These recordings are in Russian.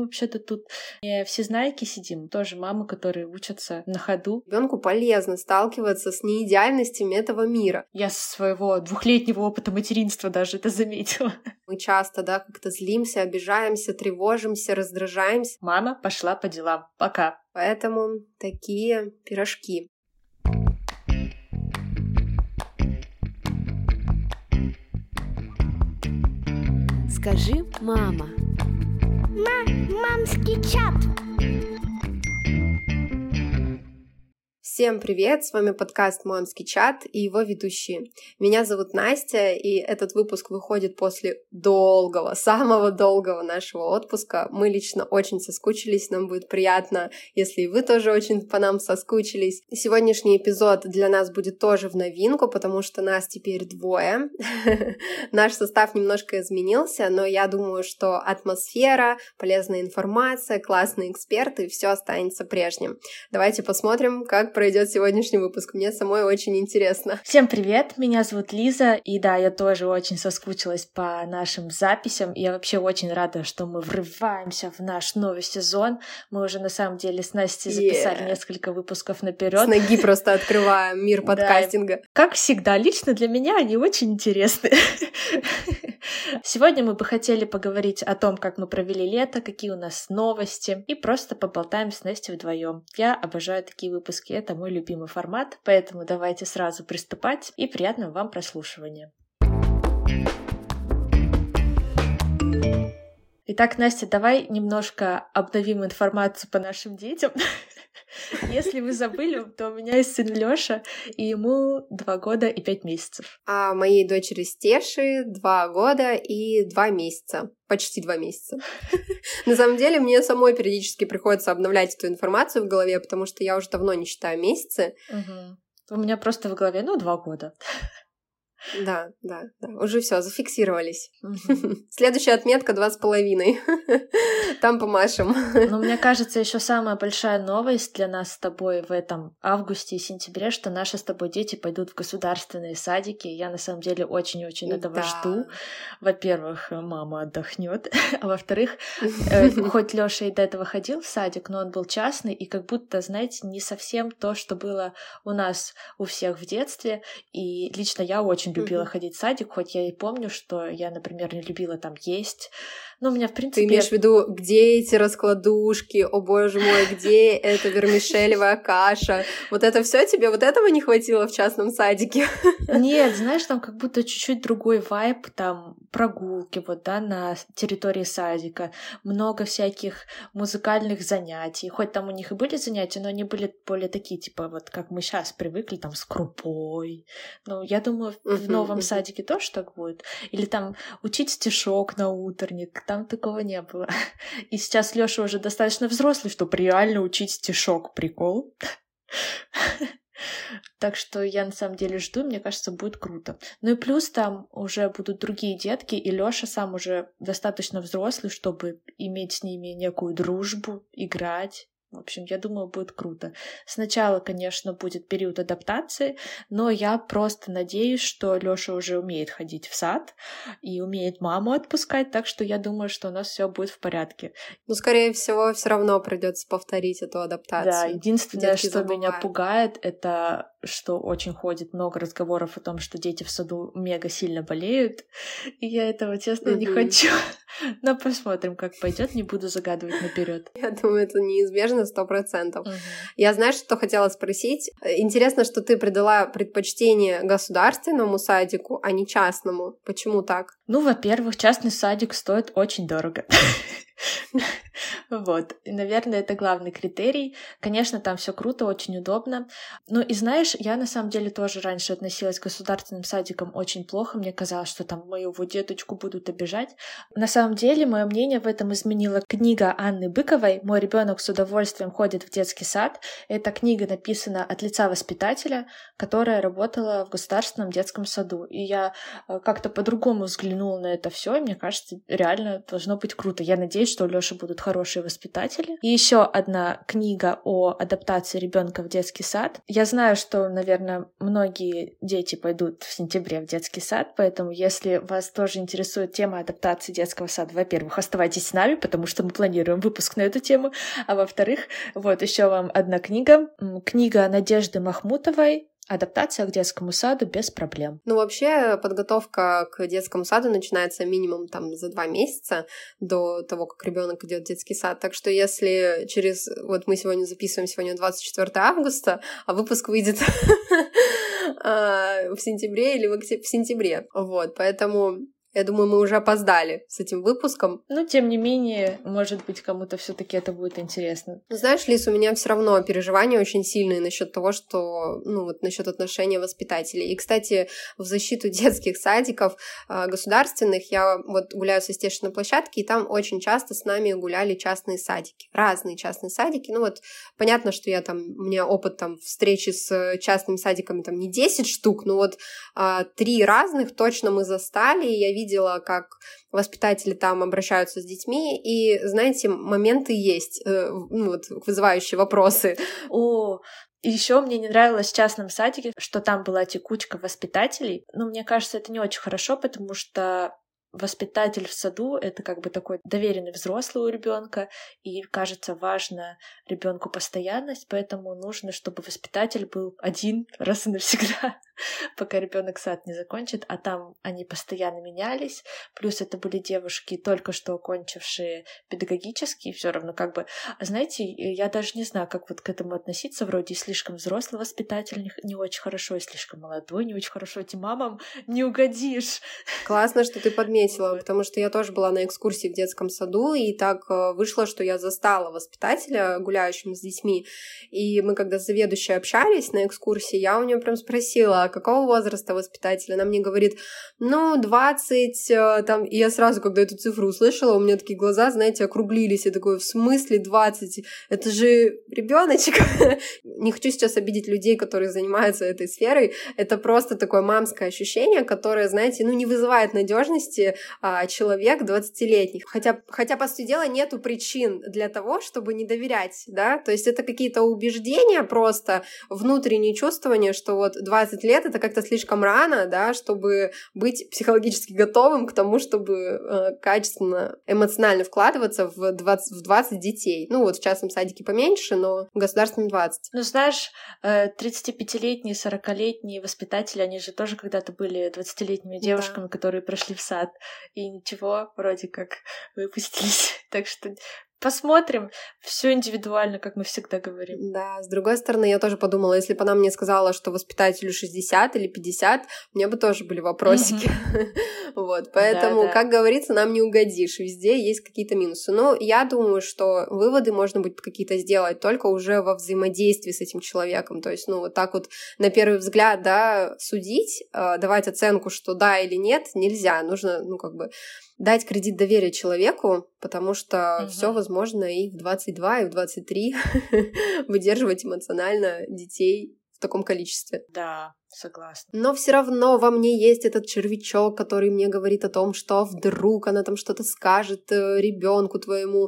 вообще-то тут не всезнайки сидим, тоже мамы, которые учатся на ходу. Ребенку полезно сталкиваться с неидеальностями этого мира. Я со своего 2-летнего опыта материнства даже это заметила. Мы часто, как-то злимся, обижаемся, тревожимся, раздражаемся. Мама пошла по делам. Пока. Поэтому такие пирожки. Скажи, мама. Мамский чат. Всем привет! С вами подкаст «Мамский чат» и его ведущие. Меня зовут Настя, и этот выпуск выходит после самого долгого нашего отпуска. Мы лично очень соскучились, нам будет приятно, если и вы тоже очень по нам соскучились. Сегодняшний эпизод для нас будет тоже в новинку, потому что нас теперь 2. Наш состав немножко изменился, но я думаю, что атмосфера, полезная информация, классные эксперты, все останется прежним. Давайте посмотрим, как пройдет сегодняшний выпуск. Мне самой очень интересно. Всем привет, меня зовут Лиза, и да, я тоже очень соскучилась по нашим записям. Я вообще очень рада, что мы врываемся в наш новый сезон. Мы уже на самом деле с Настей записали несколько выпусков наперед. С ноги просто открываем мир подкастинга. Как всегда, лично для меня они очень интересны. Сегодня мы бы хотели поговорить о том, как мы провели лето, какие у нас новости, и просто поболтаем с Настей вдвоем. Я обожаю такие выпуски, это мой любимый формат, поэтому давайте сразу приступать, и приятного вам прослушивания. Итак, Настя, давай немножко обновим информацию по нашим детям. Если вы забыли, то у меня есть сын Лёша, и ему 2 года и 5 месяцев. А моей дочери Стеши 2 года и 2 месяца. Почти 2 месяца. На самом деле, мне самой периодически приходится обновлять эту информацию в голове, потому что я уже давно не считаю месяцы. У меня просто в голове, 2 года. Да, уже все, зафиксировались. Следующая отметка 2,5. Там помашем. Но мне кажется, еще самая большая новость для нас с тобой в этом августе и сентябре, что наши с тобой дети пойдут в государственные садики. Я на самом деле очень-очень этого жду. Во-первых, мама отдохнет, а во-вторых, хоть Лёша и до этого ходил в садик, но он был частный, и как будто, знаете, не совсем то, что было у нас у всех в детстве. И лично я очень любила ходить в садик, хоть я и помню, что я, например, не любила там есть. Но у меня, в принципе... Ты имеешь в виду, где эти раскладушки? О, боже мой, где эта вермишелевая каша? Вот это все тебе, вот этого не хватило в частном садике? Нет, знаешь, там как будто чуть-чуть другой вайб, там прогулки на территории садика, много всяких музыкальных занятий. Хоть там у них и были занятия, но они были более такие, типа, вот как мы сейчас привыкли, там, с крупой. Я думаю, в новом садике тоже так будет. Или там учить стишок на утренник. Там такого не было. И сейчас Лёша уже достаточно взрослый, чтобы реально учить стишок. Прикол. Так что я на самом деле жду, мне кажется, будет круто. Ну и плюс там уже будут другие детки, и Лёша сам уже достаточно взрослый, чтобы иметь с ними некую дружбу, играть. В общем, я думаю, будет круто. Сначала, конечно, будет период адаптации, но я просто надеюсь, что Лёша уже умеет ходить в сад и умеет маму отпускать, так что я думаю, что у нас все будет в порядке. Скорее всего, все равно придется повторить эту адаптацию. Да, единственное, что меня пугает, это что очень ходит много разговоров о том, что дети в саду мега сильно болеют, и я этого, честно, не хочу. Но посмотрим, как пойдет, не буду загадывать наперед. Я думаю, это неизбежно 100%. Я, знаешь, что хотела спросить? Интересно, что ты придала предпочтение государственному садику, а не частному. Почему так? Во-первых, частный садик стоит очень дорого. Вот. И, наверное, это главный критерий. Конечно, там все круто, очень удобно. И знаешь, я на самом деле тоже раньше относилась к государственным садикам очень плохо. Мне казалось, что там моего деточку будут обижать. На самом деле, мое мнение в этом изменила книга Анны Быковой «Мой ребенок с удовольствием ходит в детский сад». Эта книга написана от лица воспитателя, которая работала в государственном детском саду. И я как-то по-другому взглянула на это все, и мне кажется, реально должно быть круто. Я надеюсь, что у Лёши будут хорошие воспитатели. И еще одна книга о адаптации ребенка в детский сад. Я знаю, что, наверное, многие дети пойдут в сентябре в детский сад, поэтому если вас тоже интересует тема адаптации детского сада, во-первых, оставайтесь с нами, потому что мы планируем выпуск на эту тему, а во-вторых, вот еще вам одна книга. Книга Надежды Махмутовой «Адаптация к детскому саду без проблем». Ну, вообще, подготовка к детскому саду начинается минимум там за 2 месяца до того, как ребенок идет в детский сад. Так что если Вот мы сегодня записываем, сегодня 24 августа, а выпуск выйдет в сентябре или в сентябре. Вот, поэтому... Я думаю, мы уже опоздали с этим выпуском. Но, тем не менее, может быть, кому-то все-таки это будет интересно. Знаешь, Лиз, у меня все равно переживания очень сильные насчет того, что, насчет отношения воспитателей. И, кстати, в защиту детских садиков государственных я вот гуляю со Стешей на площадке, и там очень часто с нами гуляли частные садики. Разные частные садики. Ну вот, понятно, что у меня опыт там встречи с частными садиками там не 10 штук, но вот 3 разных точно мы застали, и я видела, как воспитатели там обращаются с детьми, и, знаете, моменты есть, вызывающие вопросы. И еще мне не нравилось в частном садике, что там была текучка воспитателей. Но мне кажется, это не очень хорошо, потому что воспитатель в саду — это как бы такой доверенный взрослый у ребенка, и, кажется, важно ребенку постоянность, поэтому нужно, чтобы воспитатель был один раз и навсегда, пока ребенок сад не закончит, а там они постоянно менялись, плюс это были девушки, только что окончившие педагогический, все равно как бы, знаете, я даже не знаю, как вот к этому относиться, вроде и слишком взрослый воспитатель не очень хорошо, и слишком молодой не очень хорошо, этим мамам не угодишь. Классно, что ты подметила, потому что я тоже была на экскурсии в детском саду, и так вышло, что я застала воспитателя, гуляющим с детьми, и мы когда с заведующей общались на экскурсии, я у нее прям спросила, а какого возраста воспитатель? Она мне говорит, 20, там, и я сразу, когда эту цифру услышала, у меня такие глаза, знаете, округлились, я такой, в смысле 20? Это же ребеночек. Не хочу сейчас обидеть людей, которые занимаются этой сферой, это просто такое мамское ощущение, которое, знаете, не вызывает надежности человек 20-летних. Хотя, по сути дела, нету причин для того, чтобы не доверять, да, то есть это какие-то убеждения просто, внутренние чувствования, что вот 20 лет это как-то слишком рано, да, чтобы быть психологически готовым к тому, чтобы качественно, эмоционально вкладываться в 20 детей. В частном садике поменьше, но в государственном 20. Знаешь, 35-летние, 40-летние воспитатели, они же тоже когда-то были 20-летними девушками, которые прошли в сад, и ничего, вроде как выпустились. Так что посмотрим. Все индивидуально, как мы всегда говорим. Да, с другой стороны, я тоже подумала, если бы она мне сказала, что воспитателю 60 или 50, у меня бы тоже были вопросики. Вот, поэтому, как говорится, нам не угодишь. Везде есть какие-то минусы. Но я думаю, что выводы можно будет какие-то сделать только уже во взаимодействии с этим человеком. То есть, вот так вот на первый взгляд, да, судить, давать оценку, что да или нет, нельзя. Нужно, дать кредит доверия человеку, потому что все возможно и в 22, и в 23 выдерживать эмоционально детей в таком количестве. Да, согласна. Но все равно во мне есть этот червячок, который мне говорит о том, что вдруг она там что-то скажет ребенку твоему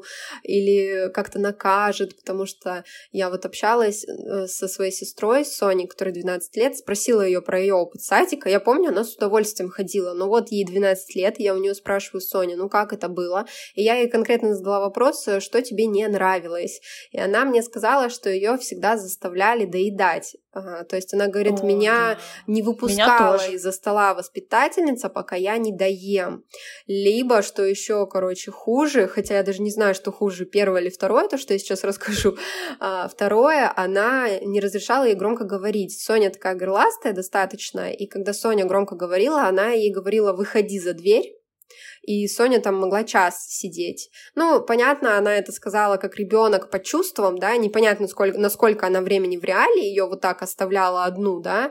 или как-то накажет, потому что я вот общалась со своей сестрой, Соней, которой 12 лет, спросила ее про ее опыт садика. Я помню, она с удовольствием ходила, но вот ей 12 лет, я у нее спрашиваю: Соня, как это было? И я ей конкретно задала вопрос, что тебе не нравилось. И она мне сказала, что ее всегда заставляли доедать. То есть она говорит, меня не выпускала из-за стола воспитательница, пока я не доем. Либо, что еще, хуже, хотя я даже не знаю, что хуже, первое или второе, то, что я сейчас расскажу. Второе, она не разрешала ей громко говорить. Соня такая горластая достаточно, и когда Соня громко говорила, она ей говорила: выходи за дверь. И Соня там могла час сидеть. Понятно, она это сказала как ребенок по чувствам, да, непонятно, насколько она времени в реале, ее вот так оставляла одну, да,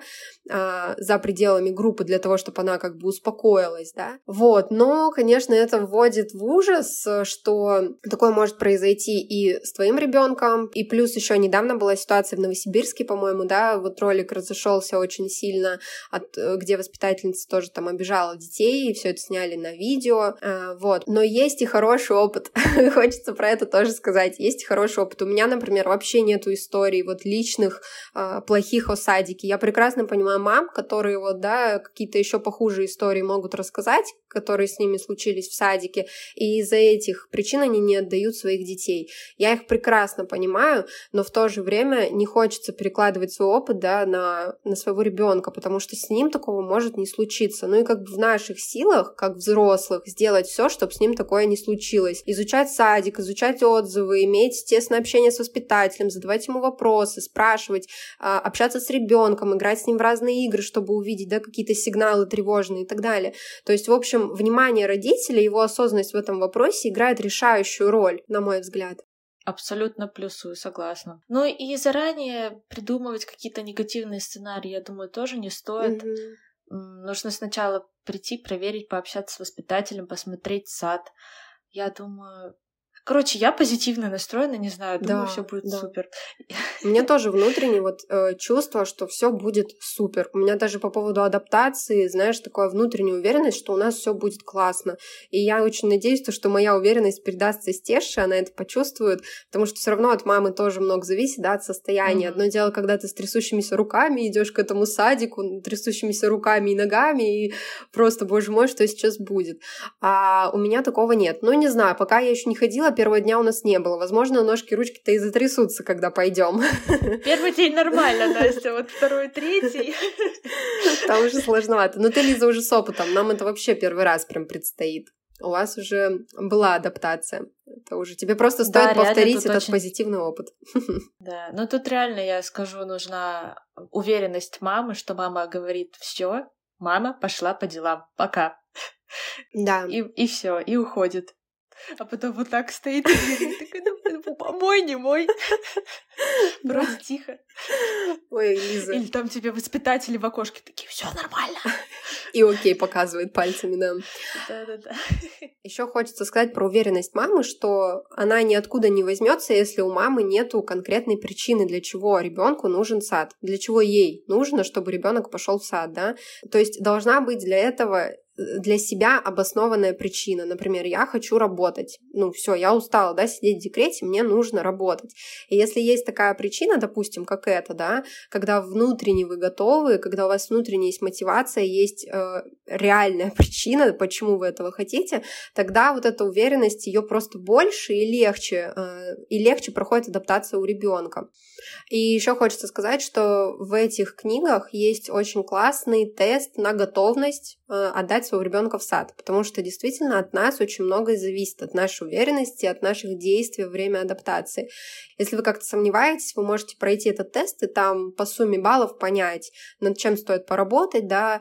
за пределами группы для того, чтобы она как бы успокоилась, да. Вот, но, конечно, это вводит в ужас, что такое может произойти и с твоим ребенком, и плюс еще недавно была ситуация в Новосибирске, по-моему, да, вот ролик разошелся очень сильно, где воспитательница тоже там обижала детей, и все это сняли на видео, все, вот. Но есть и хороший опыт. Хочется про это тоже сказать. Есть и хороший опыт. У меня, например, вообще нету историй вот личных плохих о садике. Я прекрасно понимаю мам, которые вот, да, какие-то еще похуже истории могут рассказать, которые с ними случились в садике, и из-за этих причин они не отдают своих детей. Я их прекрасно понимаю, но в то же время не хочется перекладывать свой опыт, да, на своего ребенка, потому что с ним такого может не случиться. Ну и как бы в наших силах, как взрослых, сделать все, чтобы с ним такое не случилось. Изучать садик, изучать отзывы, иметь тесное общение с воспитателем, задавать ему вопросы, спрашивать, общаться с ребенком, играть с ним в разные игры, чтобы увидеть, да, какие-то сигналы тревожные и так далее. То есть, в общем, внимание родителей, его осознанность в этом вопросе играет решающую роль, на мой взгляд. Абсолютно плюсую, согласна. Ну и заранее придумывать какие-то негативные сценарии, я думаю, тоже не стоит. Нужно сначала прийти, проверить, пообщаться с воспитателем, посмотреть сад. Я думаю... Короче, я позитивно настроена, не знаю, думаю, все будет супер. У меня тоже внутреннее вот чувство, что все будет супер. У меня даже по поводу адаптации, знаешь, такая внутренняя уверенность, что у нас все будет классно. И я очень надеюсь, что моя уверенность передастся Стеше, она это почувствует, потому что все равно от мамы тоже много зависит, да, от состояния. Одно дело, когда ты с трясущимися руками идешь к этому садику, трясущимися руками и ногами, и просто, боже мой, что сейчас будет. А у меня такого нет. Ну, не знаю, пока я еще не ходила, первого дня у нас не было. Возможно, ножки-ручки-то и затрясутся, когда пойдем. Первый день нормально, Настя, вот второй, третий. Там уже сложновато. Но ты, Лиза, уже с опытом. Нам это вообще первый раз прям предстоит. У вас уже была адаптация. Это уже тебе просто стоит повторить этот очень... позитивный опыт. Да, но тут реально, я скажу, нужна уверенность мамы, что мама говорит: все, мама пошла по делам, пока. Да. И все, и уходит. А потом вот так стоит и говорит, такая, мой, не мой. Вроде тихо. Ой, Лиза. Или там тебе воспитатели в окошке такие: все нормально. И окей показывает пальцами, да. Да. Еще хочется сказать про уверенность мамы, что она ниоткуда не возьмется, если у мамы нету конкретной причины, для чего ребенку нужен сад, для чего ей нужно, чтобы ребенок пошел в сад, да. То есть должна быть для этого для себя обоснованная причина. Например, я хочу работать. Ну, все, я устала, да, сидеть в декрете, мне нужно работать. И если есть такая причина, допустим, как эта, да, когда внутренне вы готовы, когда у вас внутренне есть мотивация, есть реальная причина, почему вы этого хотите, тогда вот эта уверенность, ее просто больше и легче проходит адаптация у ребенка. И еще хочется сказать, что в этих книгах есть очень классный тест на готовность отдать своего ребенка в сад, потому что действительно от нас очень многое зависит, от нашей уверенности, от наших действий во время адаптации. Если вы как-то сомневаетесь, вы можете пройти этот тест и там по сумме баллов понять, над чем стоит поработать, да,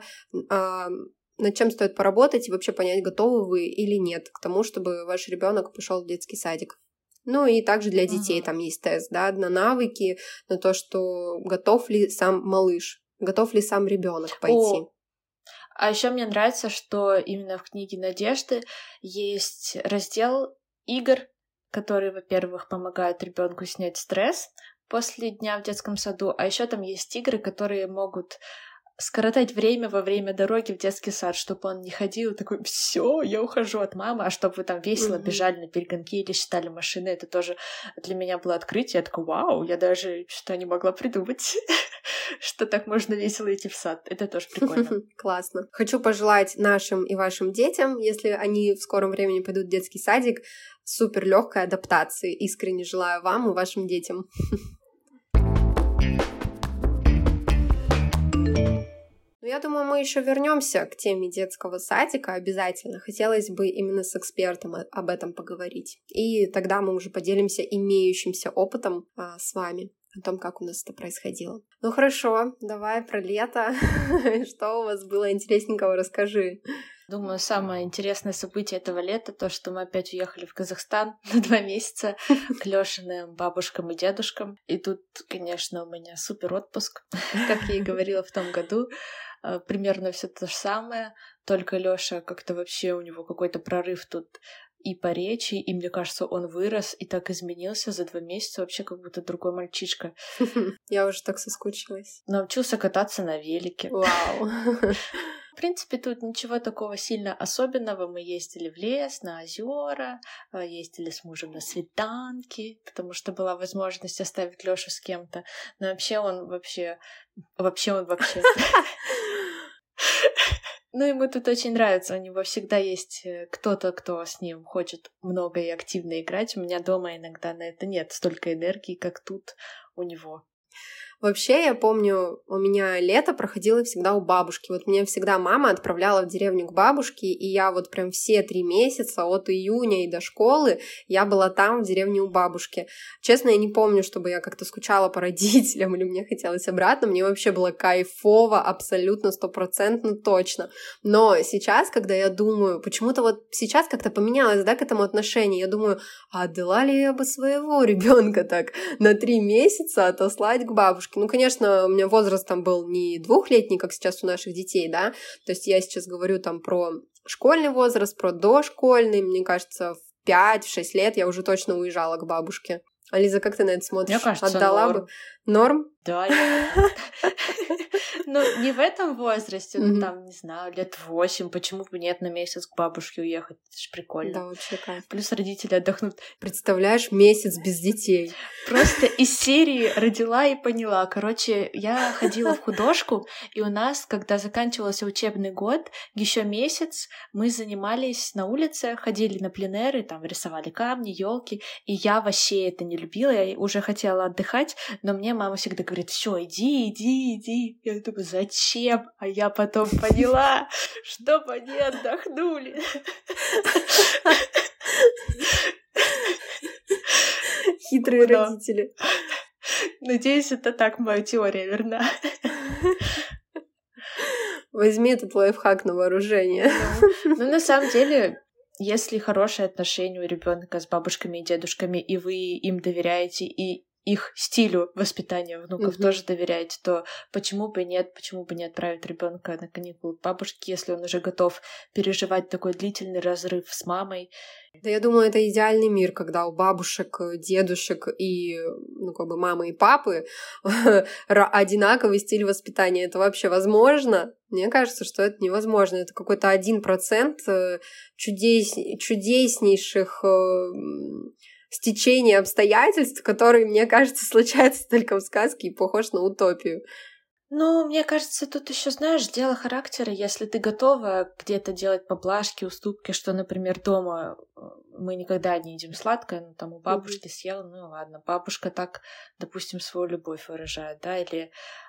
над чем стоит поработать и вообще понять, готовы вы или нет к тому, чтобы ваш ребенок пошел в детский садик. Ну и также для детей там есть тест, да, на навыки, на то, что готов ли сам малыш, готов ли сам ребенок пойти. А еще мне нравится, что именно в книге Надежды есть раздел игр, которые, во-первых, помогают ребенку снять стресс после дня в детском саду, а еще там есть игры, которые могут скоротать время во время дороги в детский сад, чтобы он не ходил такой: все, я ухожу от мамы, а чтобы вы там весело бежали на перегонки или считали машины. Это тоже для меня было открытие. Я такая: вау, я даже что-то не могла придумать, что так можно весело идти в сад. Это тоже прикольно. Классно. Хочу пожелать нашим и вашим детям, если они в скором времени пойдут в детский садик, супер легкой адаптации. Искренне желаю вам и вашим детям. Ну, я думаю, мы еще вернемся к теме детского садика обязательно. Хотелось бы именно с экспертом об этом поговорить. И тогда мы уже поделимся имеющимся опытом с вами о том, как у нас это происходило. Ну хорошо, давай про лето. Что у вас было интересненького, расскажи. Думаю, самое интересное событие этого лета — то, что мы опять уехали в Казахстан на 2 месяца к Лёшиным бабушкам и дедушкам. И тут, конечно, у меня супер отпуск, как я и говорила в том году. Примерно все то же самое, только Лёша как-то вообще у него какой-то прорыв тут и по речи, и мне кажется, он вырос и так изменился за 2 месяца, вообще как будто другой мальчишка. Я уже так соскучилась. Научился кататься на велике. Вау! принципе, тут ничего такого сильно особенного. Мы ездили в лес, на озера, ездили с мужем на свиданки, потому что была возможность оставить Лёшу с кем-то. Но вообще он вообще... Ну, ему тут очень нравится, у него всегда есть кто-то, кто с ним хочет много и активно играть. У меня дома иногда на это нет столько энергии, как тут у него. Вообще, я помню, у меня лето проходило всегда у бабушки. Вот меня всегда мама отправляла в деревню к бабушке, и я вот прям все 3 месяца, от июня и до школы, я была там, в деревне у бабушки. Честно, я не помню, чтобы я как-то скучала по родителям или мне хотелось обратно. Мне вообще было кайфово, абсолютно, 100% точно. Но сейчас, когда я думаю, почему-то вот сейчас как-то поменялось, да, к этому отношение, я думаю, а отдала ли я бы своего ребенка так на 3 месяца отослать к бабушке? Ну, конечно, у меня возраст там был не 2-летний, как сейчас у наших детей, да, то есть я сейчас говорю там про школьный возраст, про дошкольный, мне кажется, в 5-6 лет я уже точно уезжала к бабушке. А Лиза, как ты на это смотришь? Мне кажется, отдала норм. бы? Норм? Да, ну, не в этом возрасте, ну, там, не знаю, лет 8, почему бы нет на месяц к бабушке уехать, это ж прикольно. Да, вообще кайф. Плюс родители отдохнут. Представляешь, месяц без детей. Просто из серии родила и поняла. Короче, я ходила в художку, и у нас, когда заканчивался учебный год, еще месяц мы занимались на улице, ходили на пленэры, там рисовали камни, елки, и я вообще это не любила, я уже хотела отдыхать, но мне мама всегда говорит: все, иди. Я думаю, зачем? А я потом поняла, чтобы они отдохнули. Хитрые родители. Надеюсь, это так, моя теория верна. Возьми этот лайфхак на вооружение. Ну, на самом деле, если хорошие отношения у ребенка с бабушками и дедушками, и вы им доверяете, и их стилю воспитания внуков тоже доверяете, то почему бы не отправить ребенка на каникулы к бабушке, если он уже готов переживать такой длительный разрыв с мамой? Да, я думаю, это идеальный мир, когда у бабушек, дедушек и, мамы и папы одинаковый стиль воспитания. Это вообще возможно? Мне кажется, что это невозможно. Это какой-то 1% чудеснейших стечение обстоятельств, которые, мне кажется, случаются только в сказке и похож на утопию. Ну, мне кажется, тут еще, знаешь, дело характера. Если ты готова где-то делать поблажки, уступки, что, например, дома мы никогда не едим сладкое, ну, там у бабушки съела, ну, ладно, бабушка так, допустим, свою любовь выражает, да, или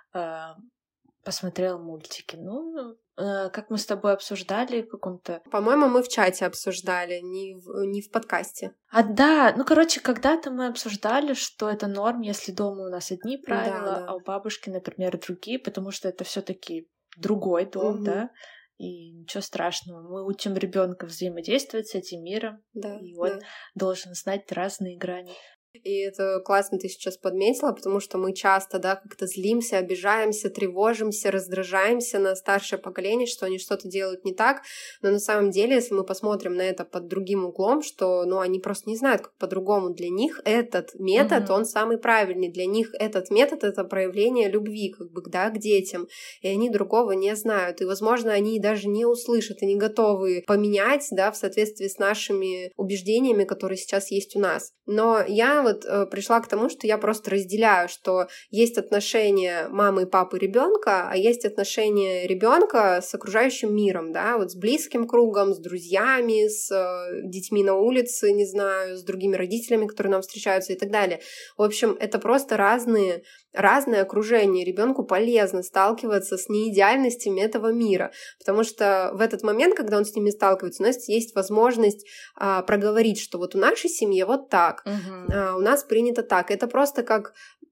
посмотрел мультики. Ну, как мы с тобой обсуждали в каком-то... По-моему, мы в чате обсуждали, не в подкасте. Да, ну, короче, когда-то мы обсуждали, что это норм, если дома у нас одни правила, да. А у бабушки, например, другие, потому что это все-таки другой дом, да, и ничего страшного. Мы учим ребенка взаимодействовать с этим миром, да, и он должен знать разные грани. И это классно ты сейчас подметила, потому что мы часто, да, как-то злимся, обижаемся, тревожимся, раздражаемся на старшее поколение, что они что-то делают не так, но на самом деле, если мы посмотрим на это под другим углом, что, они просто не знают, как по-другому. Для них этот метод, он самый правильный. Для них этот метод — это проявление любви, да, к детям, и они другого не знают. И, возможно, они даже не услышат и не готовы поменять, да, в соответствии с нашими убеждениями, которые сейчас есть у нас. Но я пришла к тому, что я просто разделяю, что есть отношения мамы и папы ребенка, а есть отношения ребенка с окружающим миром, да, с близким кругом, с друзьями, с детьми на улице, не знаю, с другими родителями, которые нам встречаются и так далее. В общем, это просто разное окружение. Ребенку полезно сталкиваться с неидеальностями этого мира, потому что в этот момент, когда он с ними сталкивается, у нас есть возможность проговорить, что вот у нашей семьи вот так, у нас принято так. Это просто как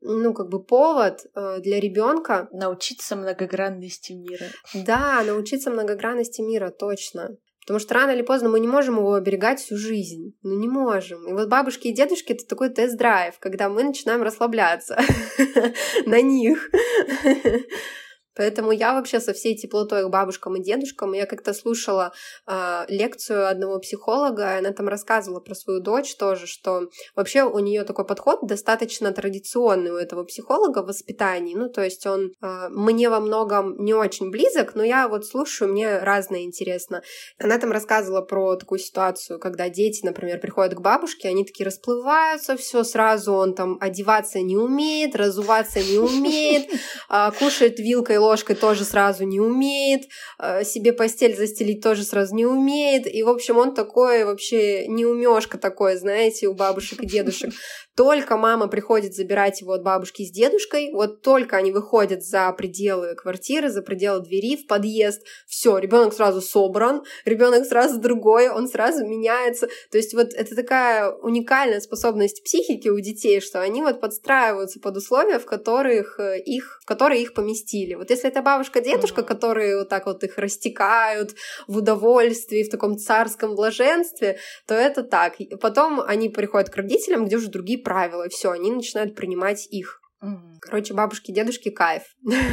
повод для ребенка научиться многогранности мира. Да, научиться многогранности мира, точно. Потому что рано или поздно мы не можем его оберегать всю жизнь. Не можем. И вот бабушки и дедушки — это такой тест-драйв, когда мы начинаем расслабляться на них. Поэтому я вообще со всей теплотой к бабушкам и дедушкам. Я как-то слушала лекцию одного психолога, и она там рассказывала про свою дочь тоже, что вообще у нее такой подход достаточно традиционный у этого психолога в воспитании. Ну, то есть он мне во многом не очень близок, но я вот слушаю, мне разное интересно. Она там рассказывала про такую ситуацию, когда дети, например, приходят к бабушке, они такие расплываются, все сразу, он там одеваться не умеет, разуваться не умеет, кушает вилкой, ложкой тоже сразу не умеет, себе постель застелить тоже сразу не умеет, и, в общем, он такой вообще неумешка такой, знаете, у бабушек и дедушек. Только мама приходит забирать его от бабушки с дедушкой, вот только они выходят за пределы квартиры, за пределы двери в подъезд, все, ребенок сразу собран, ребенок сразу другой, он сразу меняется. То есть вот это такая уникальная способность психики у детей, что они вот подстраиваются под условия, в которые их поместили. Вот если это бабушка-дедушка, которые вот так вот их растекают в удовольствии, в таком царском блаженстве, то это так. Потом они приходят к родителям, где уже другие правила, и все, они начинают принимать их. Короче, бабушки, дедушки — кайф.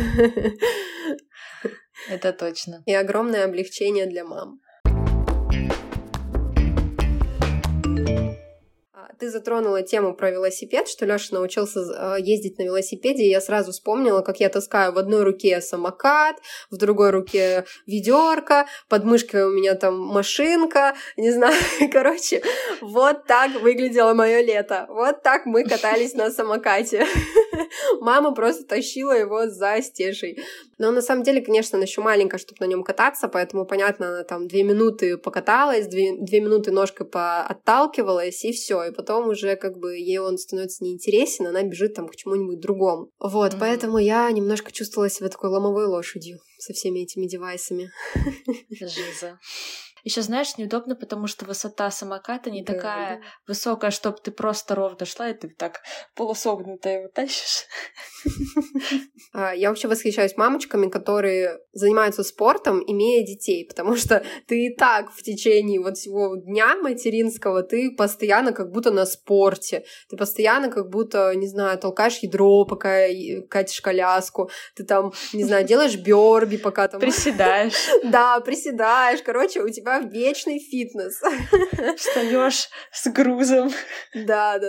Это точно. И огромное облегчение для мам. Ты затронула тему про велосипед, что Лёша научился ездить на велосипеде, и я сразу вспомнила, как я таскаю в одной руке самокат, в другой руке ведерко, под мышкой у меня там машинка, не знаю, короче, вот так выглядело мое лето, вот так мы катались на самокате. Мама просто тащила его за Стешей. Но на самом деле, конечно, она еще маленькая, чтобы на нем кататься, поэтому, понятно, она там 2 минуты покаталась, 2 минуты ножкой поотталкивалась, и все. И потом уже как бы ей он становится неинтересен, она бежит там к чему-нибудь другому. Вот, поэтому я немножко чувствовала себя такой ломовой лошадью со всеми этими девайсами. Жиза. Еще, знаешь, неудобно, потому что высота самоката не такая высокая, чтобы ты просто ровно шла, и ты так полусогнуто его тащишь. Я вообще восхищаюсь мамочками, которые занимаются спортом, имея детей, потому что ты и так в течение вот всего дня материнского, ты постоянно как будто на спорте, ты постоянно как будто, не знаю, толкаешь ядро, пока катишь коляску, ты там, не знаю, делаешь бёрби, пока там... Приседаешь. Да, приседаешь, короче, у тебя вечный фитнес. Встаёшь с грузом. Да.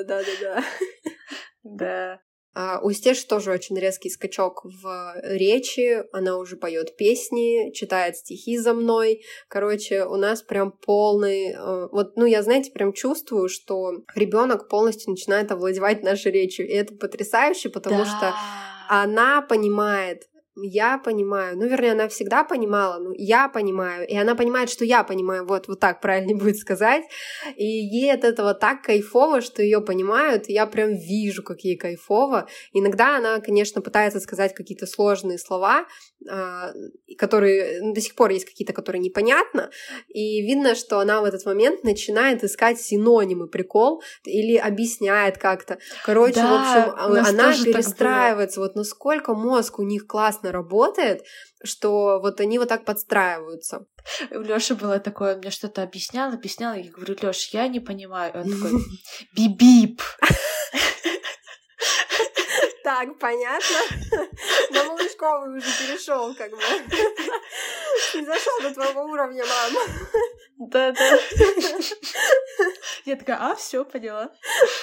Да. У Стеши тоже очень резкий скачок в речи, она уже поет песни, читает стихи за мной. Короче, у нас прям полный... Вот, я, знаете, прям чувствую, что ребенок полностью начинает овладевать нашей речью. И это потрясающе, потому что она понимает, я понимаю, вернее, она всегда понимала, но я понимаю, и она понимает, что я понимаю, вот так правильнее будет сказать, и ей от этого так кайфово, что ее понимают, и я прям вижу, как ей кайфово. Иногда она, конечно, пытается сказать какие-то сложные слова, которые до сих пор есть какие-то, которые непонятно, и видно, что она в этот момент начинает искать синонимы, прикол, или объясняет как-то. Короче, в общем, она перестраивается, вот насколько мозг у них классно работает, что вот они вот так подстраиваются. У Лёши было такое, мне что-то объяснял, и я говорю: Лёш, я не понимаю. Он такой: бип-бип. Так, понятно. На малышковый уже перешел, как бы. Не зашел до твоего уровня, мама. Да. Я такая: все, поняла.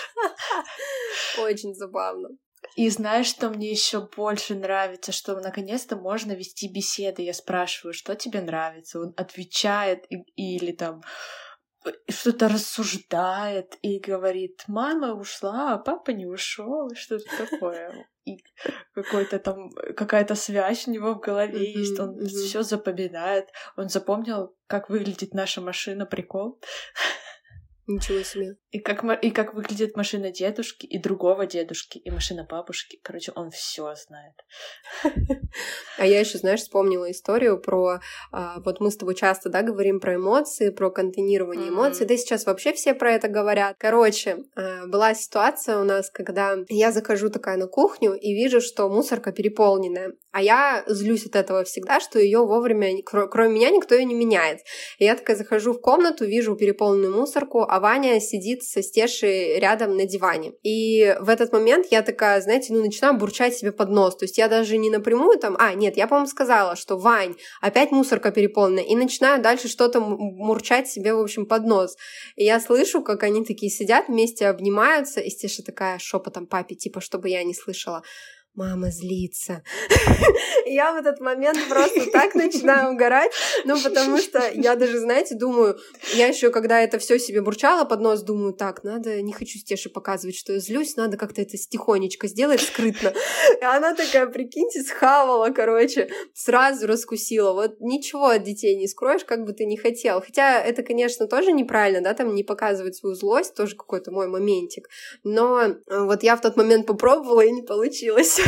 Очень забавно. И знаешь, что мне еще больше нравится, что наконец-то можно вести беседы. Я спрашиваю, что тебе нравится? Он отвечает или там что-то рассуждает и говорит: мама ушла, а папа не ушел, что-то такое. И какая-то связь у него в голове есть, он все запоминает. Он запомнил, как выглядит наша машина, прикол. Ничего себе. И как выглядит машина дедушки, и другого дедушки, и машина бабушки. Короче, он все знает. А я еще, знаешь, вспомнила историю про... Вот мы с тобой часто, говорим про эмоции, про контейнирование эмоций. Да сейчас вообще все про это говорят. Короче, была ситуация у нас, когда я захожу такая на кухню и вижу, что мусорка переполненная. А я злюсь от этого всегда, что ее вовремя, кроме меня, никто ее не меняет. И я такая захожу в комнату, вижу переполненную мусорку, а Ваня сидит со Стешей рядом на диване. И в этот момент я такая, знаете, начинаю бурчать себе под нос. То есть я даже не напрямую там... Нет, я, по-моему, сказала, что Вань, опять мусорка переполнена. И начинаю дальше что-то мурчать себе, в общем, под нос. И я слышу, как они такие сидят вместе, обнимаются, и Стеша такая шепотом папе, типа, чтобы я не слышала: «Мама злится». Я в этот момент просто так начинаю угорать, потому что я даже, знаете, думаю, я еще, когда это все себе бурчала под нос, думаю, так, не хочу Стеше показывать, что я злюсь, надо как-то это тихонечко сделать, скрытно. И она такая, прикиньте, схавала, сразу раскусила. Вот ничего от детей не скроешь, как бы ты ни хотел. Хотя это, конечно, тоже неправильно, да, там не показывать свою злость, тоже какой-то мой моментик. Но вот я в тот момент попробовала, и не получилось.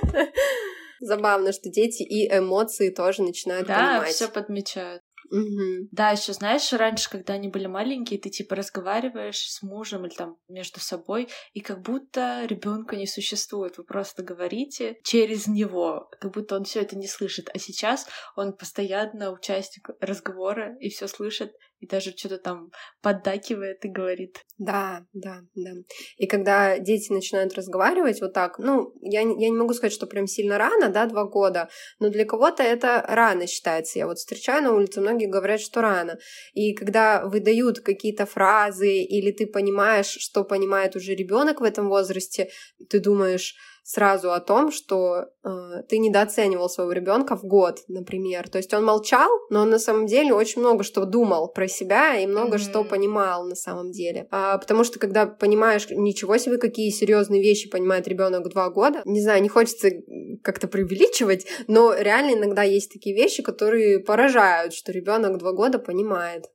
Забавно, что дети и эмоции тоже начинают понимать. Да, все подмечают. Угу. Да, еще знаешь, раньше, когда они были маленькие, ты типа разговариваешь с мужем или там между собой, и как будто ребенка не существует. Вы просто говорите через него, как будто он все это не слышит. А сейчас он постоянно участник разговора и все слышит, и даже что-то там поддакивает и говорит. Да. И когда дети начинают разговаривать вот так, я не могу сказать, что прям сильно рано, 2 года, но для кого-то это рано считается. Я вот встречаю на улице, многие говорят, что рано. И когда выдают какие-то фразы, или ты понимаешь, что понимает уже ребенок в этом возрасте, ты думаешь сразу о том, что ты недооценивал своего ребенка в год, например. То есть он молчал, но он на самом деле очень много что думал про себя и много что понимал на самом деле. Потому что когда понимаешь, ничего себе, какие серьезные вещи понимает ребенок в 2 года, не знаю, не хочется как-то преувеличивать, но реально иногда есть такие вещи, которые поражают, что ребенок 2 года понимает.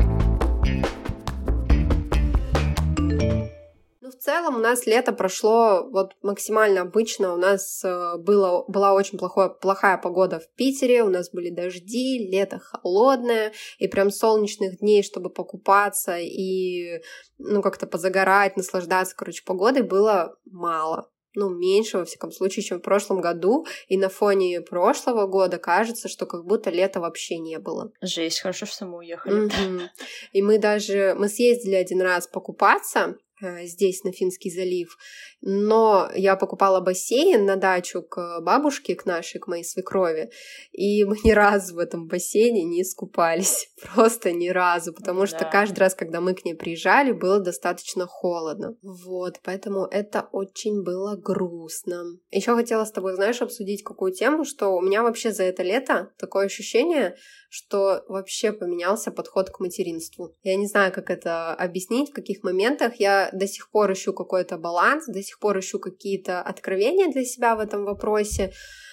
В целом у нас лето прошло вот максимально обычно. У нас была очень плохая погода в Питере, у нас были дожди, лето холодное, и прям солнечных дней, чтобы покупаться и как-то позагорать, наслаждаться, погодой было мало. Меньше, во всяком случае, чем в прошлом году. И на фоне прошлого года кажется, что как будто лета вообще не было. Жесть, хорошо, что мы уехали. И мы съездили 1 раз покупаться здесь, на Финский залив, но я покупала бассейн на дачу к бабушке, к моей свекрови, и мы ни разу в этом бассейне не искупались, просто ни разу, потому что каждый раз, когда мы к ней приезжали, было достаточно холодно. Вот, поэтому это очень было грустно. Еще хотела с тобой, знаешь, обсудить какую тему, что у меня вообще за это лето такое ощущение, что вообще поменялся подход к материнству. Я не знаю, как это объяснить, в каких моментах. Я до сих пор ищу какой-то баланс, до сих пор ищу какие-то откровения для себя в этом вопросе,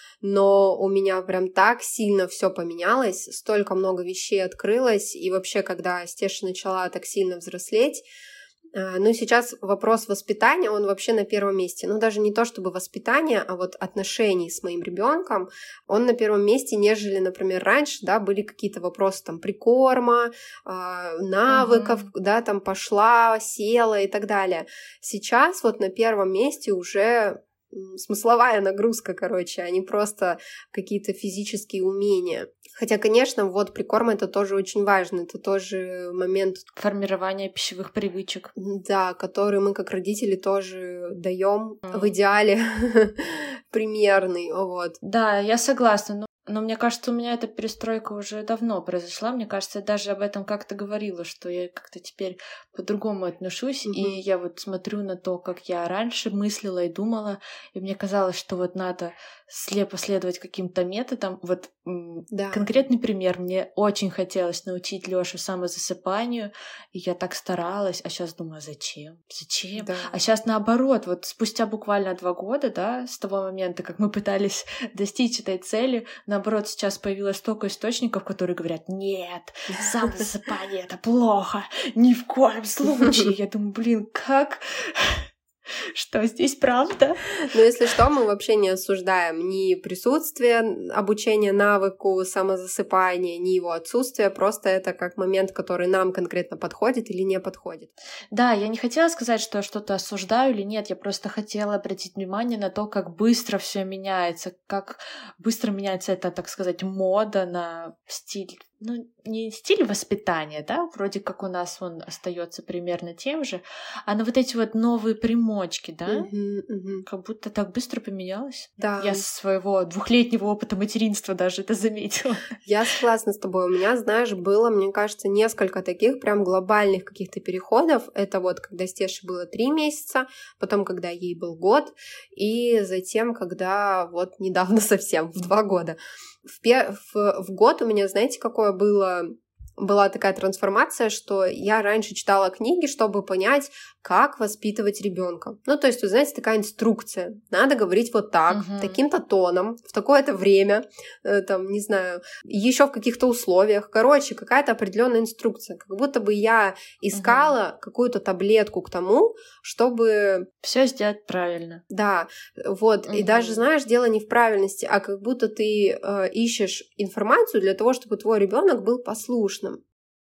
но у меня прям так сильно все поменялось, столько много вещей открылось, и вообще, когда Стеша начала так сильно взрослеть, сейчас вопрос воспитания, он вообще на первом месте. Даже не то чтобы воспитание, а вот отношений с моим ребенком, он на первом месте, нежели, например, раньше, были какие-то вопросы там прикорма, навыков, там пошла, села и так далее. Сейчас вот на первом месте уже смысловая нагрузка, а не просто какие-то физические умения. Хотя, конечно, вот прикорм — это тоже очень важно, это тоже момент формирования пищевых привычек. Да, который мы как родители тоже даем в идеале примерный, вот. Да, я согласна, но мне кажется, у меня эта перестройка уже давно произошла. Мне кажется, я даже об этом как-то говорила, что я как-то теперь по-другому отношусь. И я вот смотрю на то, как я раньше мыслила и думала, и мне казалось, что вот надо слепо следовать каким-то методам. Вот конкретный пример. Мне очень хотелось научить Лёшу самозасыпанию, и я так старалась, а сейчас думаю, зачем? Да. А сейчас наоборот, вот спустя буквально 2 года, с того момента, как мы пытались достичь этой цели, наоборот, сейчас появилось столько источников, которые говорят: нет, самозасыпание — это плохо, ни в коем случае. Я думаю, как Что здесь правда? Но если что, мы вообще не осуждаем ни присутствие обучения навыку самозасыпания, ни его отсутствие, просто это как момент, который нам конкретно подходит или не подходит. Да, я не хотела сказать, что я что-то осуждаю или нет, я просто хотела обратить внимание на то, как быстро все меняется, как быстро меняется эта, так сказать, мода на стиль. Ну, не стиль воспитания, да, вроде как у нас он остается примерно тем же, а на вот эти вот новые примочки, да, как будто так быстро поменялось. Да. Я со своего 2-летнего опыта материнства даже это заметила. Я согласна с тобой. У меня, знаешь, было, мне кажется, несколько таких прям глобальных каких-то переходов. Это вот когда Стеше было 3 месяца, потом, когда ей был год, и затем, когда вот недавно совсем, в 2 года. В год у меня, знаете, какое была такая трансформация, что я раньше читала книги, чтобы понять, как воспитывать ребенка. Ну, то есть, вы знаете, такая инструкция. Надо говорить вот так, таким-то тоном, в такое-то время, там, не знаю, еще в каких-то условиях. Короче, какая-то определенная инструкция. Как будто бы я искала какую-то таблетку к тому, чтобы... все сделать правильно. Да, вот. И даже, знаешь, дело не в правильности, а как будто ты ищешь информацию для того, чтобы твой ребенок был послушным.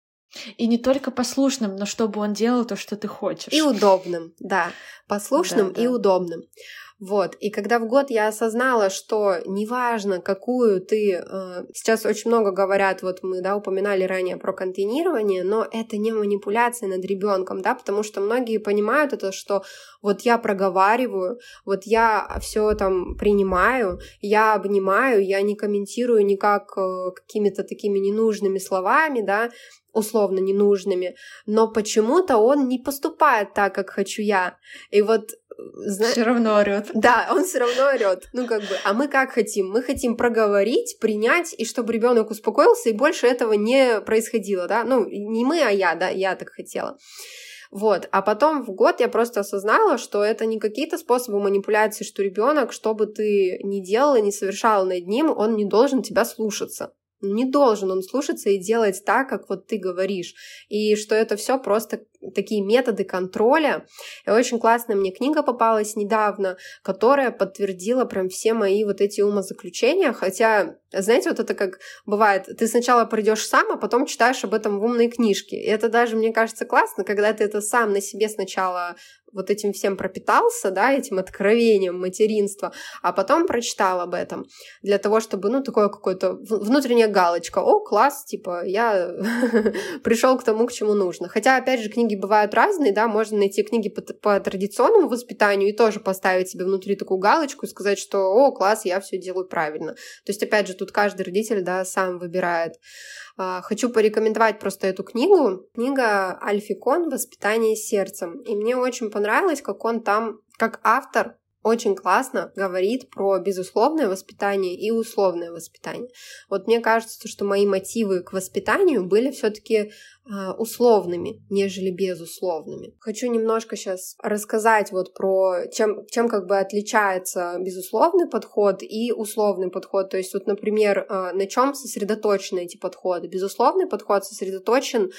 И не только послушным, но чтобы он делал то, что ты хочешь. И удобным, да. Послушным и удобным. Вот. И когда в год я осознала, что неважно, какую ты... Сейчас очень много говорят, вот мы, да, упоминали ранее про контейнирование, но это не манипуляция над ребенком, да, потому что многие понимают это, что вот я проговариваю, вот я все там принимаю, я обнимаю, я не комментирую никак какими-то такими ненужными словами, да, условно ненужными, но почему-то он не поступает так, как хочу я. И вот все равно орёт. Да, он все равно орёт. Ну, как бы, а мы как хотим? Мы хотим проговорить, принять, и чтобы ребенок успокоился, и больше этого не происходило, да? Ну, не мы, а я, да, я так хотела. Вот, а потом в год я просто осознала, что это не какие-то способы манипуляции, что ребенок, что бы ты ни делала, ни совершала над ним, он не должен тебя слушаться. Не должен он слушаться и делать так, как вот ты говоришь. И что это все просто такие методы контроля. И очень классная мне книга попалась недавно, которая подтвердила прям все мои вот эти умозаключения. Хотя, знаете, вот это как бывает, ты сначала придешь сам, а потом читаешь об этом в умной книжке. И это даже, мне кажется, классно, когда ты это сам на себе сначала вот этим всем пропитался, да, этим откровением материнства, а потом прочитал об этом для того, чтобы, ну, такое какое-то внутренняя галочка. О, класс, типа, я пришел к тому, к чему нужно. Хотя, опять же, книги бывают разные, да, можно найти книги по традиционному воспитанию и тоже поставить себе внутри такую галочку и сказать, что, о, класс, я все делаю правильно. То есть, опять же, тут каждый родитель, да, сам выбирает. Хочу порекомендовать просто эту книгу. Книга Альфи Кон «Воспитание сердцем». И мне очень понравилось, как он там, как автор, очень классно говорит про безусловное воспитание и условное воспитание. Вот мне кажется, что мои мотивы к воспитанию были все-таки условными, нежели безусловными. Хочу немножко сейчас рассказать вот про чем как бы отличается безусловный подход и условный подход. То есть вот, например, на чем сосредоточены эти подходы. Безусловный подход сосредоточен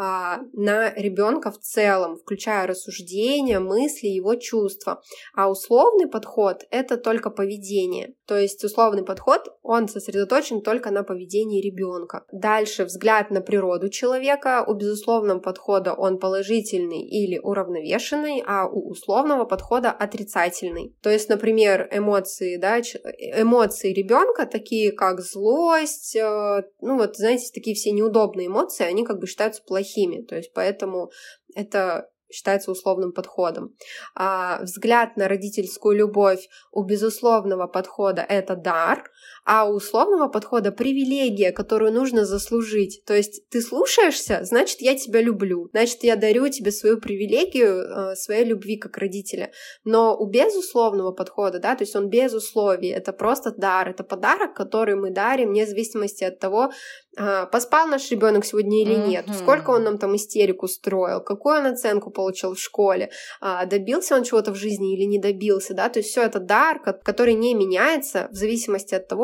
на ребенка в целом, включая рассуждения, мысли, его чувства. А условный подход — это только поведение. То есть условный подход, он сосредоточен только на поведении ребенка. Дальше взгляд на природу человека. У безусловного подхода он положительный или уравновешенный, а у условного подхода отрицательный. То есть, например, эмоции, да, эмоции ребенка, такие как злость, ну вот, знаете, такие все неудобные эмоции, они как бы считаются плохими. То есть, поэтому это считается условным подходом. Взгляд на родительскую любовь у безусловного подхода — это дар, а у условного подхода — привилегия, которую нужно заслужить. То есть ты слушаешься, значит, я тебя люблю, значит, я дарю тебе свою привилегию, своей любви как родителя. Но у безусловного подхода, да, то есть он без условий, это просто дар, это подарок, который мы дарим вне зависимости от того, поспал наш ребенок сегодня или нет, сколько он нам там истерику строил, какую он оценку получил в школе, добился он чего-то в жизни или не добился, да, то есть все это дар, который не меняется в зависимости от того,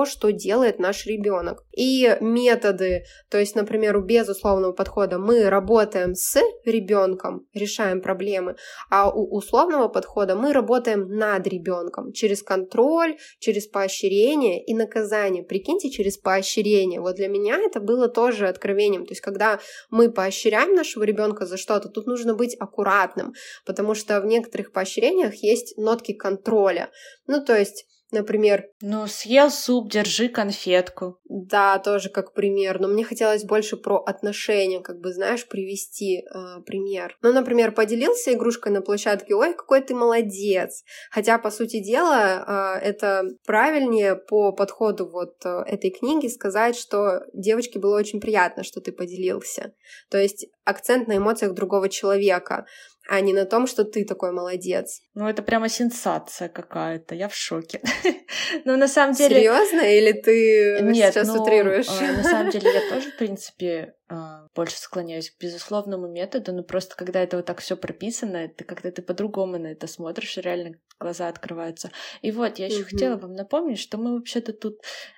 что делает наш ребенок. И методы, то есть, например, у безусловного подхода мы работаем с ребенком, решаем проблемы, а у условного подхода мы работаем над ребенком через контроль, через поощрение и наказание. Прикиньте, через поощрение. Вот для меня это было тоже откровением. То есть, когда мы поощряем нашего ребенка за что-то, тут нужно быть аккуратным, потому что в некоторых поощрениях есть нотки контроля. Ну, то есть, например... Ну, съел суп, держи конфетку. Да, тоже как пример. Но мне хотелось больше про отношения, как бы, знаешь, привести пример. Ну, например, поделился игрушкой на площадке, ой, какой ты молодец. Хотя, по сути дела, это правильнее по подходу вот этой книги сказать, что девочке было очень приятно, что ты поделился. То есть акцент на эмоциях другого человека, а не на том, что ты такой молодец. Ну, это прямо сенсация какая-то, я в шоке. Но на самом деле... Серьезно? Или ты сейчас утрируешь? На самом деле я тоже, в принципе, больше склоняюсь к безусловному методу, но просто когда это вот так все прописано, ты как-то ты по-другому на это смотришь, и реально глаза открываются. И вот, я еще хотела вам напомнить, что мы вообще-то тут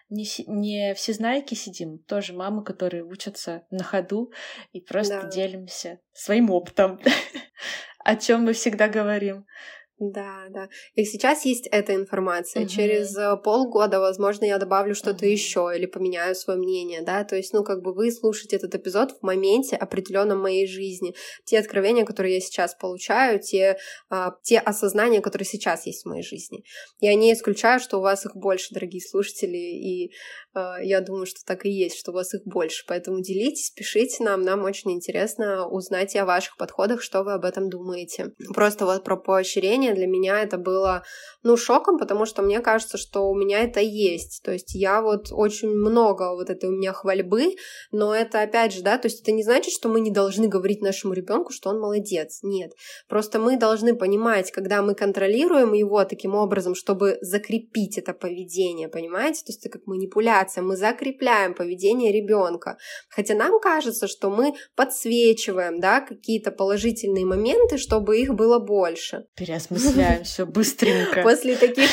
не всезнайки сидим, тоже мамы, которые учатся на ходу и просто делимся своим опытом, о чем мы всегда говорим. Да, да. И сейчас есть эта информация. Через полгода, возможно, я добавлю что-то еще или поменяю свое мнение, да. То есть, ну, как бы вы слушаете этот эпизод в моменте определенном моей жизни. Те откровения, которые я сейчас получаю, те осознания, которые сейчас есть в моей жизни. Я не исключаю, что у вас их больше, дорогие слушатели, и я думаю, что так и есть, что у вас их больше. Поэтому делитесь, пишите нам очень интересно узнать и о ваших подходах, что вы об этом думаете. Просто вот про поощрение для меня это было, шоком, потому что мне кажется, что у меня это есть. То есть я вот очень много вот этой у меня хвальбы, но это опять же, да, то есть это не значит, что мы не должны говорить нашему ребенку, что он молодец. Нет. Просто мы должны понимать, когда мы контролируем его таким образом, чтобы закрепить это поведение, понимаете? То есть это как манипуляция. Мы закрепляем поведение ребенка. Хотя нам кажется, что мы подсвечиваем, да, какие-то положительные моменты, чтобы их было больше. Переосмысляем все быстренько. После таких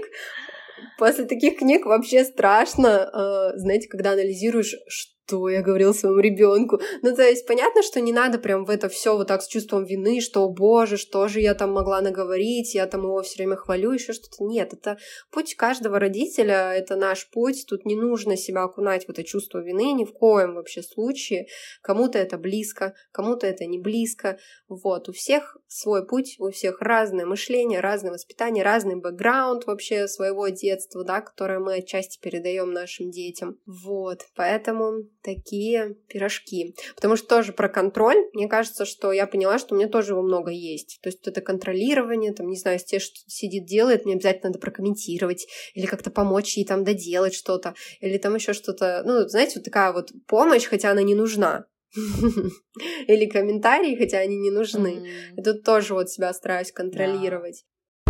книг вообще страшно, знаете, когда анализируешь, что я говорил своему ребенку. Ну, то есть понятно, что не надо прям в это все вот так с чувством вины, что, о боже, что же я там могла наговорить, я там его все время хвалю, еще что-то. Нет, это путь каждого родителя, это наш путь, тут не нужно себя окунать в это чувство вины ни в коем вообще случае. Кому-то это близко, кому-то это не близко. Вот, у всех свой путь, у всех разное мышление, разное воспитание, разный бэкграунд вообще своего детства, да, которое мы отчасти передаем нашим детям. Вот, поэтому такие пирожки. Потому что тоже про контроль, мне кажется, что я поняла, что у меня тоже его много есть. То есть вот это контролирование, там, не знаю, если что сидит, делает, мне обязательно надо прокомментировать или как-то помочь ей там доделать что-то, или там еще что-то, знаете, вот такая вот помощь, хотя она не нужна. Или комментарии, хотя они не нужны. И тут тоже вот себя стараюсь контролировать.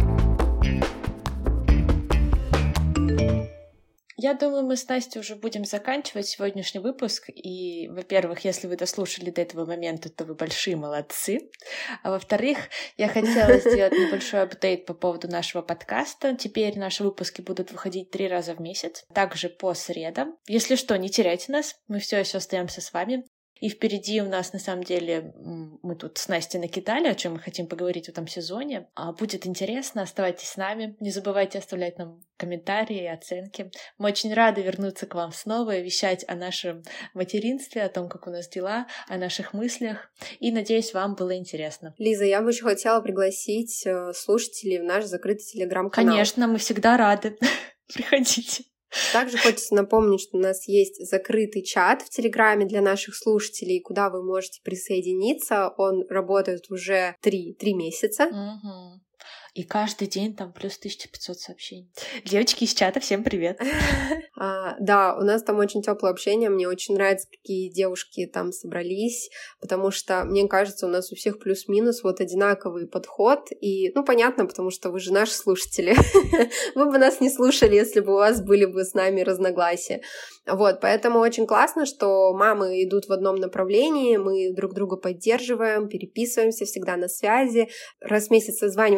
Я думаю, мы с Настей уже будем заканчивать сегодняшний выпуск. И, во-первых, если вы дослушали до этого момента, то вы большие молодцы. А во-вторых, я хотела сделать небольшой апдейт по поводу нашего подкаста. Теперь наши выпуски будут выходить 3 раза в месяц, также по средам. Если что, не теряйте нас, мы все еще остаемся с вами. И впереди у нас, на самом деле, мы тут с Настей накидали, о чем мы хотим поговорить в этом сезоне. Будет интересно, оставайтесь с нами. Не забывайте оставлять нам комментарии и оценки. Мы очень рады вернуться к вам снова и вещать о нашем материнстве, о том, как у нас дела, о наших мыслях. И, надеюсь, вам было интересно. Лиза, я бы еще хотела пригласить слушателей в наш закрытый телеграм-канал. Конечно, мы всегда рады. Приходите. Также хочется напомнить, что у нас есть закрытый чат в Телеграме для наших слушателей, куда вы можете присоединиться. Он работает уже 3 месяца. Угу. И каждый день там плюс 1500 сообщений. Девочки из чата, всем привет! Да, у нас там очень теплое общение. Мне очень нравится, какие девушки там собрались, потому что, мне кажется, у нас у всех плюс-минус вот одинаковый подход. И, понятно, потому что вы же наши слушатели. Вы бы нас не слушали, если бы у вас были бы с нами разногласия. Вот, поэтому очень классно, что мамы идут в одном направлении, мы друг друга поддерживаем, переписываемся, всегда на связи. Раз в месяц созваниваемся по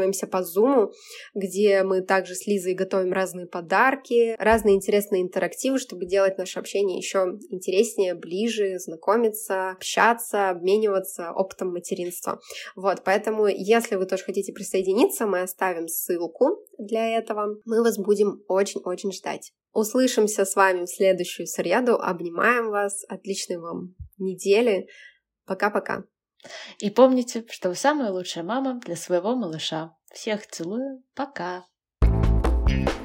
Зуму, где мы также с Лизой готовим разные подарки, разные интересные интерактивы, чтобы делать наше общение еще интереснее, ближе, знакомиться, общаться, обмениваться опытом материнства. Вот, поэтому, если вы тоже хотите присоединиться, мы оставим ссылку для этого. Мы вас будем очень-очень ждать. Услышимся с вами в следующую среду. Обнимаем вас. Отличной вам недели. Пока-пока. И помните, что вы самая лучшая мама для своего малыша. Всех целую. Пока.